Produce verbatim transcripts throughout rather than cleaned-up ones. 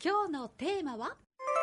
今日のテーマは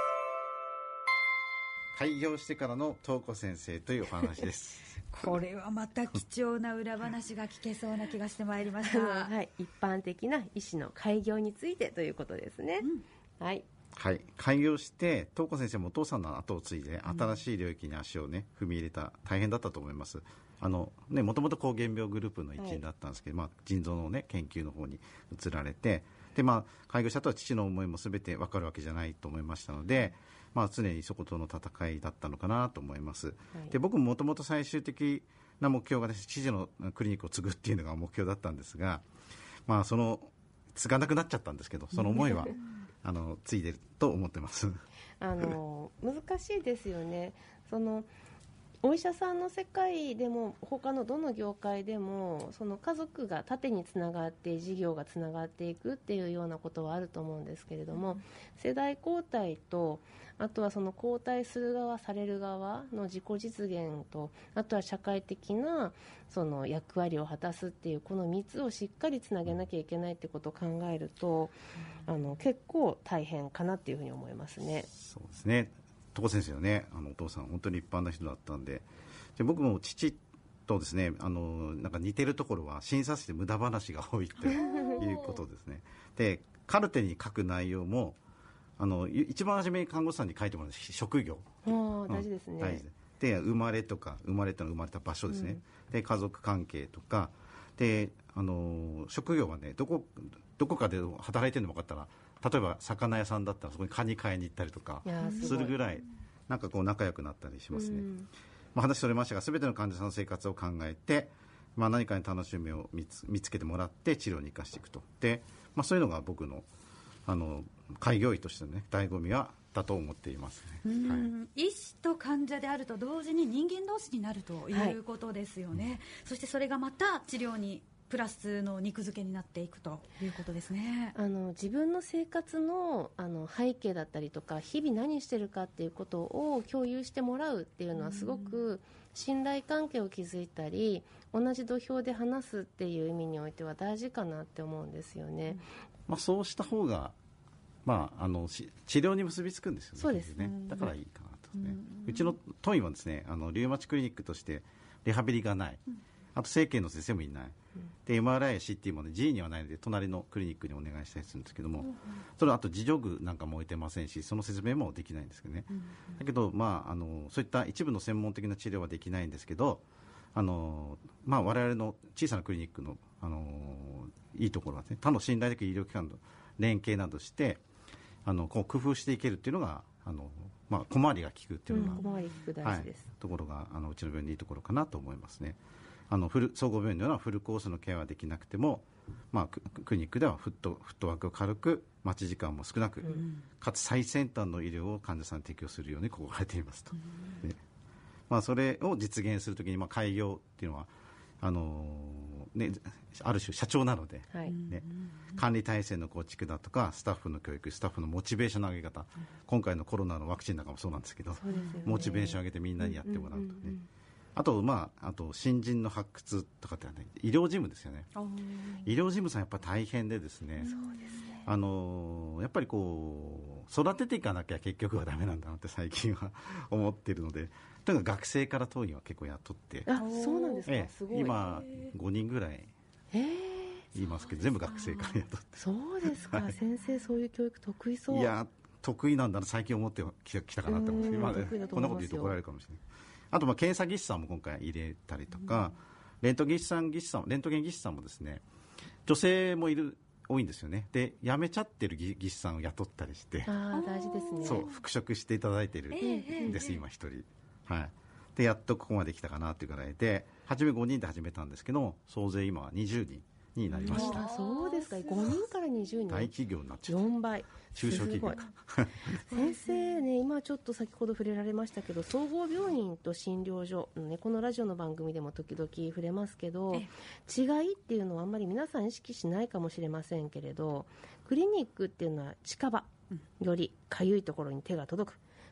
開業してからの東子先生というお話ですこれはまた貴重な裏話が聞けそうな気がしてまいりましたはい、一般的な医師の開業についてということですね、うん、はいはい、開業して東子先生もお父さんの後を継いで新しい領域に足をね踏み入れた大変だったと思います。あのね、もともと膠原病グループの一員だったんですけど、はい、まあ、腎臓の、ね、研究の方に移られてで、まあ、開業したとは父の思いも全て分かるわけじゃないと思いましたので、まあ、常にそことの戦いだったのかなと思います、はい、で僕ももともと最終的な目標が、ね、父のクリニックを継ぐっていうのが目標だったんですが、まあ、その継がなくなっちゃったんですけどその思いはあの継いでると思ってますあの難しいですよね。そのお医者さんの世界でも他のどの業界でもその家族が縦につながって事業がつながっていくっていうようなことはあると思うんですけれども、うん、世代交代とあとはその交代する側される側の自己実現とあとは社会的なその役割を果たすっていうこのみっつをしっかりつなげなきゃいけないってことを考えると、うん、あの結構大変かなっていうふうに思いますね。 そうですね。床先生はね、あのお父さん本当に一般な人だったん で, で僕も父とですねあのなんか似てるところは診察室で無駄話が多いということですねでカルテに書く内容もあの一番初めに看護師さんに書いてもらう職業大事ですね、 うん、大事で生まれとか生まれたの生まれた場所ですね、うん、で家族関係とかであの職業はねどこどこかで働いてるのも分かったら例えば魚屋さんだったらそこにカニ買いに行ったりとかするぐらいなんかこう仲良くなったりしますね、うんまあ、話それましたが全ての患者さんの生活を考えて、まあ、何かに楽しみを見 つ, 見つけてもらって治療に生かしていくとで、まあ、そういうのが僕 の, あの開業医としての、ね、醍醐味はだと思っていますね、 うん、はい、医師と患者であると同時に人間同士になるということですよね、はい、そしてそれがまた治療にプラスの肉付けになっていくということですね。 あの自分の生活 の, あの背景だったりとか日々何してるかっていうことを共有してもらうっていうのはすごく信頼関係を築いたり同じ土俵で話すっていう意味においては大事かなって思うんですよね、うんまあ、そうした方が、まあ、あの治療に結びつくんですよ ね, そうですねだからいいかなと、ね、うん、うちの当院はですねあのリウマチクリニックとしてリハビリがない、うんあと整形の先生もいない、うん、で エムアールアイ や シーティー も、ね、G にはないので隣のクリニックにお願いしたりするんですけども、うん、それはあと自助具なんかも置いてませんしその説明もできないんですけどね、うん、だけど、まあ、あのそういった一部の専門的な治療はできないんですけどあの、まあ、我々の小さなクリニックの、あのいいところは、ね、他の信頼できる医療機関と連携などしてあのこう工夫していけるっていうのがあの、まあ、小回りが利くっていうのが、 うん、小回り利く大事です、 はい、ところがあのうちの病院のいいところかなと思いますね。あのフル総合病院のようなフルコースのケアはできなくても、まあ、ク, クリニックではフット、フットワークを軽く待ち時間も少なく、うん、かつ最先端の医療を患者さんに提供するように心がけていますと、うんまあ、それを実現するときに、まあ、開業っていうのはあのーね、ある種社長なので、はいね、管理体制の構築だとかスタッフの教育スタッフのモチベーションの上げ方、うん、今回のコロナのワクチンなんかもそうなんですけど、 そうですよね、 モチベーション上げてみんなにやってもらうとね、うんうんうんうん、あと、まあ、あと新人の発掘とかって、ね、医療事務ですよね。医療事務さんやっぱ大変でですね、 そうですね、 あのやっぱりこう育てていかなきゃ結局はダメなんだなって最近は思っているのでとにかく学生から当院は結構雇って、 あ、そうなんですか、 ええ、 すごい、 今ごにんぐらいいますけど全部学生から雇って、 そうですか、はい、先生そういう教育得意そう。 いや得意なんだな最近思ってきたかなと思います、今ね、こんなこと言うと怒られるかもしれない。あとまあ検査技師さんも今回入れたりとか、うん、レントゲン技師さん技師さんレントゲン技師さんもですね女性もいる多いんですよね。で辞めちゃってる技師さんを雇ったりして、 あ大事ですね、 そう復職していただいているんです、えー、今一人、はい、でやっとここまで来たかなというぐらいで初めごにんで始めたんですけど総勢今はにじゅうにんになりました。 あそうですか、ごにんからにじゅうにん、 大企業になっちゃった、 よんばい、 中小企業か先生ね、今ちょっと先ほど触れられましたけど総合病院と診療所、ね、このラジオの番組でも時々触れますけど違いっていうのはあんまり皆さん意識しないかもしれませんけれどクリニックっていうのは近場、よりかゆいところに手が届く、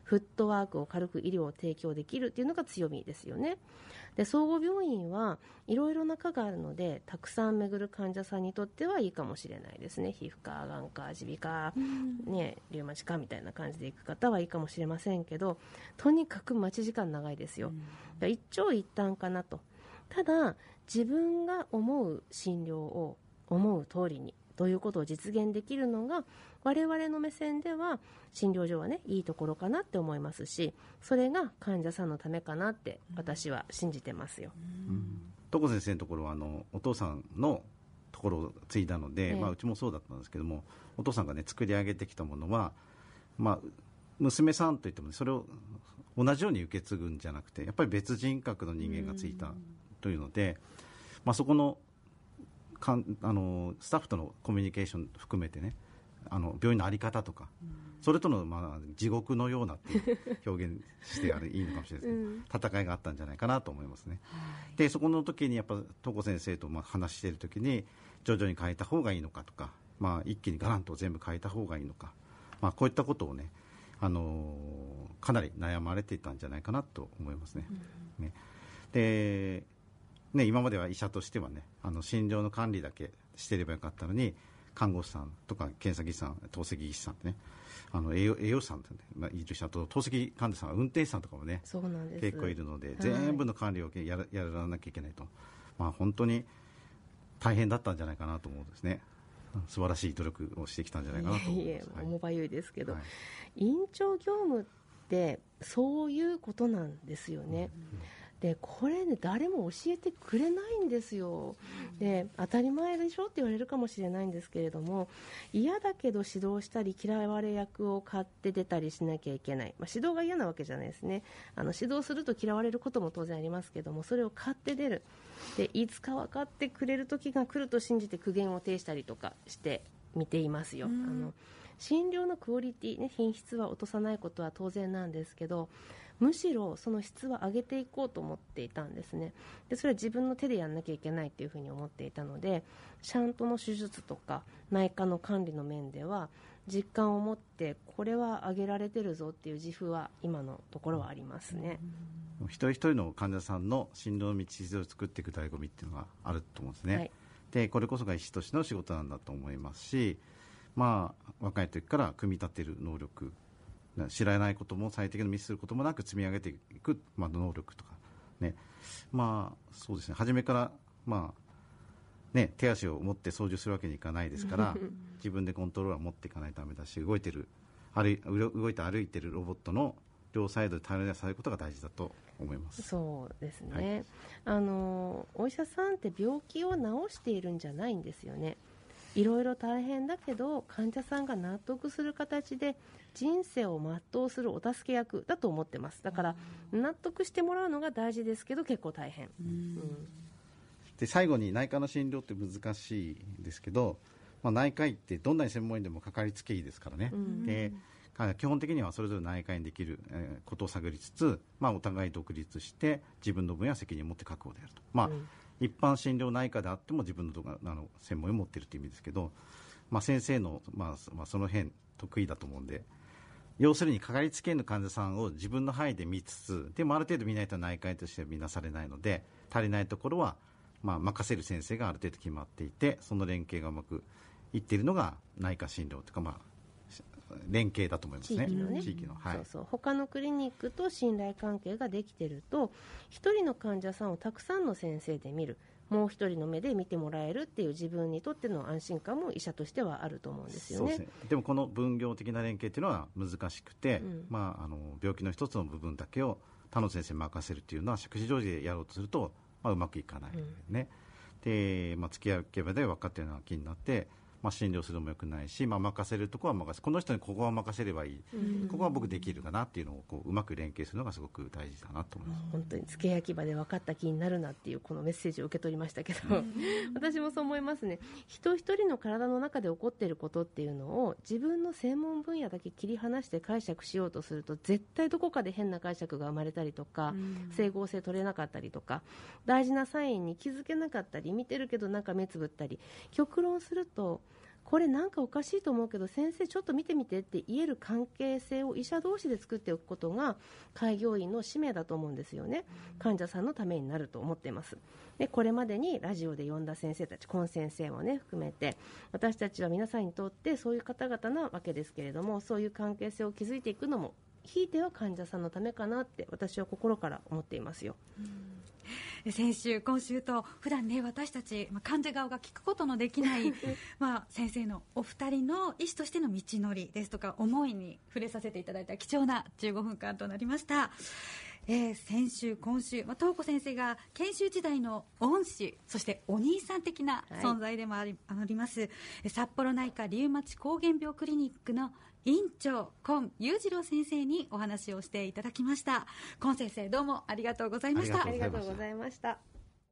フットワークを軽く医療を提供できるっていうのが強みですよね。で総合病院はいろいろな科があるので、たくさん巡る患者さんにとってはいいかもしれないですね。皮膚科、眼科、耳鼻科、ね、リウマチ科みたいな感じで行く方はいいかもしれませんけど、とにかく待ち時間長いですよ。一長一短かなと。ただ自分が思う診療を思う通りにということを実現できるのが我々の目線では診療所はねいいところかなって思いますし、それが患者さんのためかなって私は信じてますよ。 床先生のところはあのお父さんのところを継いだので、 ええまあ、うちもそうだったんですけども、お父さんがね作り上げてきたものは、まあ、娘さんといっても、ね、それを同じように受け継ぐんじゃなくて、やっぱり別人格の人間がついたというので、まあ、そこのかんあのスタッフとのコミュニケーション含めてね、あの病院の在り方とか、うん、それとの、まあ、地獄のようなっていう表現してあれいいのかもしれないですね、うん、戦いがあったんじゃないかなと思いますね、はい、でそこの時にやっぱ床先生とまあ話している時に徐々に変えた方がいいのかとか、まあ、一気にガランと全部変えた方がいいのか、まあ、こういったことをね、あのー、かなり悩まれていたんじゃないかなと思いますね、うん、ねでね、今までは医者としてはね、あの診療の管理だけしてればよかったのに、看護師さんとか検査技師さん、透析技師さんってね、あの栄養栄養士さんってね、まあ、いるし、あと透析患者さんは運転手さんとかもね、 そうなんです結構いるので、はい、全部の管理をやら、やらなきゃいけないと、まあ、本当に大変だったんじゃないかなと思うんですね。素晴らしい努力をしてきたんじゃないかなと思います。いえいえ、 はい、重ばゆいですけど、 はい、 院長業務ってそういうことなんですよね、うんでこれね誰も教えてくれないんですよ。で当たり前でしょって言われるかもしれないんですけれども、嫌だけど指導したり嫌われ役を買って出たりしなきゃいけない、まあ、指導が嫌なわけじゃないですね。あの指導すると嫌われることも当然ありますけども、それを買って出る。でいつか分かってくれる時が来ると信じて苦言を呈したりとかして見ていますよ。あの診療のクオリティ、ね、品質は落とさないことは当然なんですけど、むしろその質は上げていこうと思っていたんですね。でそれは自分の手でやんなきゃいけないというふうに思っていたので、シャントの手術とか内科の管理の面では実感を持ってこれは上げられてるぞっていう自負は今のところはありますね。 一人一人の患者さんの診療の道筋を作っていく醍醐味っていうのがあると思うんですね、はい、でこれこそが医師としての仕事なんだと思いますし、まあ、若い時から組み立てる能力、知らないことも最適のミスすることもなく積み上げていく、まあ、能力とかね、まあそうですね、初めからまあね、手足を持って操縦するわけにいかないですから自分でコントローラーを持っていかないとダメだし、動いてる歩い動いて歩いてるロボットの両サイドで対応されることが大事だと思います。 そうですね、はい、あのお医者さんって病気を治しているんじゃないんですよね。いろいろ大変だけど患者さんが納得する形で人生を全うするお助け役だと思ってます。だから納得してもらうのが大事ですけど結構大変。うん、 で最後に内科の診療って難しいんですけど、まあ、内科医ってどんなに専門医でもかかりつけ医ですからね、うん、で基本的にはそれぞれ内科医にできることを探りつつ、まあ、お互い独立して自分の分野責任を持って確保であると、まあうん一般診療内科であっても自分のとこあの専門を持っているという意味ですけど、まあ、先生の、まあまあ、その辺得意だと思うんで、要するにかかりつけ医の患者さんを自分の範囲で見つつ、でもある程度見ないと内科医としては見なされないので、足りないところは、まあ、任せる先生がある程度決まっていて、その連携がうまくいっているのが内科診療というか、まあ連携だと思いますね。 地域のね、 地域の、はい、 そうそう、他のクリニックと信頼関係ができていると、一人の患者さんをたくさんの先生で見る、もう一人の目で見てもらえるっていう自分にとっての安心感も医者としてはあると思うんですよね。 そうですね。でもこの分業的な連携っていうのは難しくて、うん、まあ、あの病気の一つの部分だけを他の先生に任せるっていうのは杓子定規でやろうとすると、まあ、うまくいかない、うん、ね。で、まあ、付き合うけばで分かっているような気になって、まあ、診療するのもよくないし、まあ、任せるところは任せ、この人にここは任せればいい、うん、ここは僕できるかなっていうのをこううまく連携するのがすごく大事だなと思います。 本当に付け焼き場で分かった気になるなっていうこのメッセージを受け取りましたけど、うん、私もそう思いますね。人一人の体の中で起こっていることっていうのを自分の専門分野だけ切り離して解釈しようとすると、絶対どこかで変な解釈が生まれたりとか、うん、整合性取れなかったりとか、大事なサインに気づけなかったり、見てるけどなんか目つぶったり、極論するとこれなんかおかしいと思うけど先生ちょっと見てみてって言える関係性を医者同士で作っておくことが開業医の使命だと思うんですよね。患者さんのためになると思っています。でこれまでにラジオで呼んだ先生たち、コン先生もね含めて、私たちは皆さんにとってそういう方々なわけですけれども、そういう関係性を築いていくのもひいては患者さんのためかなって私は心から思っていますよ。 うん、先週今週と普段ね私たち、まあ、患者側が聞くことのできないまあ先生のお二人の医師としての道のりですとか思いに触れさせていただいた貴重なじゅうごふんかんとなりました。えー、先週今週、まあ、東子先生が研修時代の恩師そしてお兄さん的な存在でもあり、はい、あります札幌内科リウマチ膠原病クリニックの院長今裕次郎先生にお話をしていただきました。今先生どうもありがとうございました。 ありがとうございました。